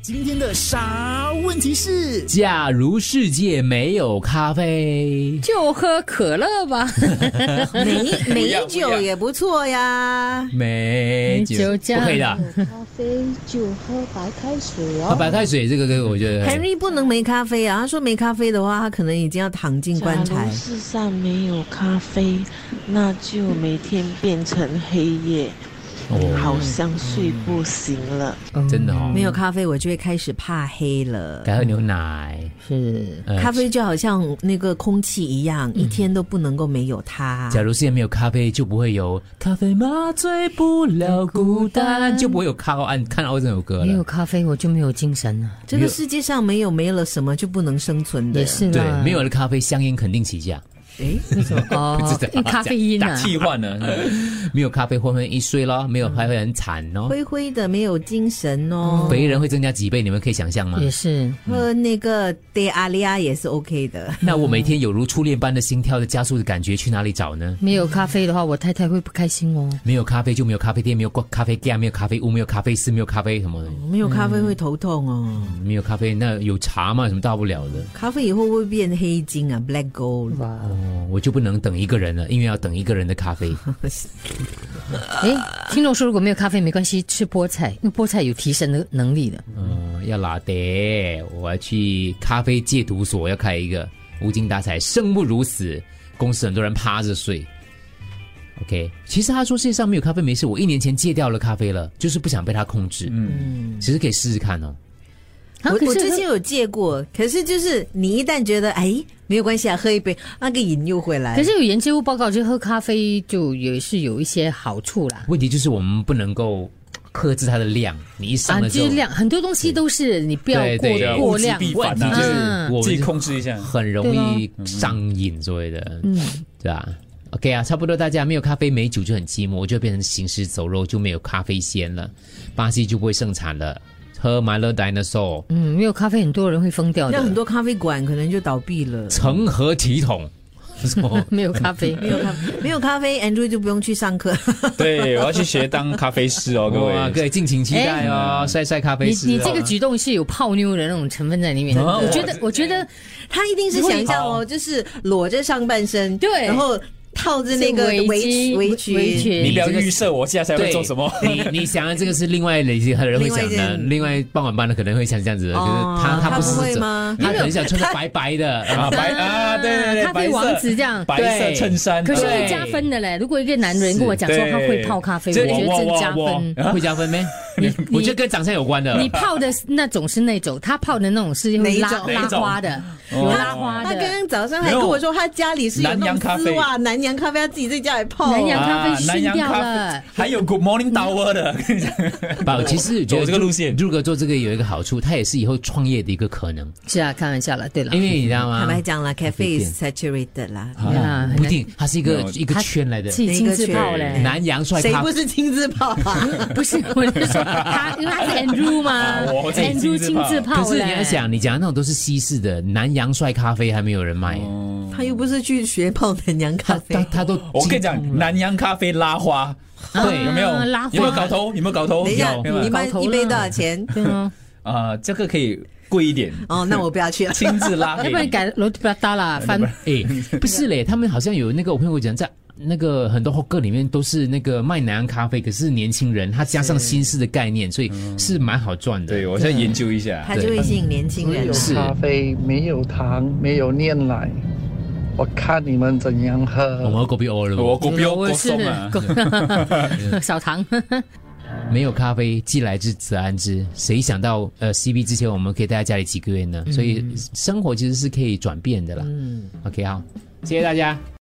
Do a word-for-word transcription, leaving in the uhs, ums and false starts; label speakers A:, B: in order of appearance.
A: 今天的啥问题是：
B: 假如世界没有咖啡，
C: 就喝可乐吧。
D: 美美酒也不错呀。
B: 美酒不可以的。
E: 咖啡就喝白开水哦。
B: 喝白开水这个这个我觉得
D: Henry 不能没咖啡啊，他说没咖啡的话，他可能已经要躺进棺材。
E: 假如世上没有咖啡，那就每天变成黑夜。哦、好像睡不醒了，
B: 真的哦。
D: 没有咖啡，我就会开始怕黑了。
B: 改喝牛奶
D: 是、呃，咖啡就好像那个空气一样，嗯、一天都不能够没有它。
B: 假如世界没有咖啡，就不会有咖啡麻醉不了孤单，就不会有咖啡看到这首歌了。
C: 没有咖啡，我就没有精神了。
D: 这个世界上没有没了什么就不能生存的，
C: 也是
B: 对，没有了咖啡，香烟肯定起价。
D: 诶，为什么？
C: 哦，因为咖啡因啊，
F: 打气换了。
B: 没有咖啡昏昏欲睡咯，没有咖啡很惨哦，
D: 灰灰的，没有精神哦。
B: 肥人会增加几倍，你们可以想象吗？
C: 也是，
D: 喝那个德阿利亚也是 OK 的。
B: 那我每天有如初恋般的心跳的加速的感觉，去哪里找呢？
C: 没有咖啡的话，我太太会不开心哦。
B: 没有咖啡就没有咖啡店，没有咖啡店，没有咖啡屋，没有咖啡室，没有咖啡什么的。
D: 没有咖啡会头痛哦。
B: 嗯、没有咖啡，那有茶嘛？什么大不了的？
D: 咖啡以后会变黑金啊 ，black gold。
B: 哦，我就不能等一个人了，因为要等一个人的咖啡。
C: 哎，听众说如果没有咖啡没关系，吃菠菜，因为菠菜有提神的能力的。
B: 嗯，要拉得，我要去咖啡戒毒所要开一个，无精打采，生不如死，公司很多人趴着睡。OK， 其实他说世界上没有咖啡没事，我一年前戒掉了咖啡了，就是不想被他控制。嗯，其实可以试试看哦。
D: 我我之前有戒过，可是就是你一旦觉得哎没有关系啊，喝一杯那个瘾又回来。
C: 可是有研究报告，就喝咖啡就也是有一些好处啦。
B: 问题就是我们不能够克制它的量，你一上了之后，
C: 啊、量很多东西都是你不要过
B: 对对
C: 过量，
F: 问题就是我自己控制一下，
B: 很容易上瘾所谓的，嗯，对吧？OK 啊，差不多大家没有咖啡没酒就很寂寞，就变成行尸走肉，就没有咖啡仙了，巴西就不会盛产了。喝 Milo Dinosaur，
C: 嗯，没有咖啡，很多人会疯掉的。
D: 那很多咖啡馆可能就倒闭了。
B: 成何体统？
C: 没有咖啡，
D: 没有咖啡，没有咖啡 ，Andrew 就不用去上课。
F: 对，我要去学当咖啡师哦，各位，
B: 各位敬请期待哦，晒晒咖啡师。
C: 你你这个举动是有泡妞的那种成分在里面的。我觉得，我觉得
D: 他一定是想象哦，就是裸着上半身，
C: 对，
D: 然后套着那个围围裙，
F: 你不要预设我现在才会做什么。
B: 你你想的这个是另外的一些人会想的，另外傍晚班的可能会想这样子的，可是他他不是
D: 会吗？
B: 他很想穿着白白的
F: 啊白啊，对对对，
C: 咖啡王子这样，
F: 白色衬衫，
C: 可是会加分的嘞。如果一个男人跟我讲说他会泡咖啡，我觉得真加分，
B: 会加分咩？你我觉得跟长相有关的。
C: 你泡的那种是那种，他泡的那种是会拉拉花的，有拉花的。
D: 他刚刚早上还跟我说，他家里是有那种丝袜南洋咖啡，他自己在家里泡。
C: 南洋咖啡熏掉了，
F: 还有 Good Morning Tower 的。
B: 宝，其实
F: 走这个路线，
B: 如果做这个有一个好处，它也是以后创业的一个可能。
C: 是啊，开玩笑了，对了，
B: 因为你知道吗？
D: 坦白讲了 ，cafe is saturated 啦，
B: 啊，不一定，它是一个一个圈来的，
C: 自己亲自泡嘞。
B: 南洋帅咖，
D: 谁不是亲自泡啊？
C: 不是，我是说他，因为他是 Andrew 嘛 ，Andrew 亲自泡。
B: 可是你要想，你讲的那种都是西式的，南洋帅咖啡还没有人卖。
D: 他又不是去学泡南洋咖啡，
B: 他他都
F: 我跟你讲，南洋咖啡拉花，
B: 对，
F: 有没有？
C: 拉花
F: 有没有搞头？有没有搞头？
D: 等一下，你们一杯多少钱？
C: 对啊，
F: 啊，这个可以贵一点
D: 哦，那我不要去了，
F: 亲自拉，
C: 要不然改楼不要搭了，翻。
B: 哎，不是嘞，他们好像有那个我朋友讲在。那个很多 hawker 里面都是那个卖南洋咖啡，可是年轻人他加上新式的概念，所以是蛮好赚的。
F: 对，我现在研究一下，
D: 它就会吸引年轻人。
G: 有咖啡，没有糖，没有炼奶，我看你们怎样喝。
B: 我们狗比欧了，
F: 我狗比欧狗松啊，
C: 少糖。
B: 没有咖啡，既来之则安之。谁想到呃 C B 之前我们可以待在家里几个月呢？所以生活其实是可以转变的啦。嗯 OK 好，谢谢大家。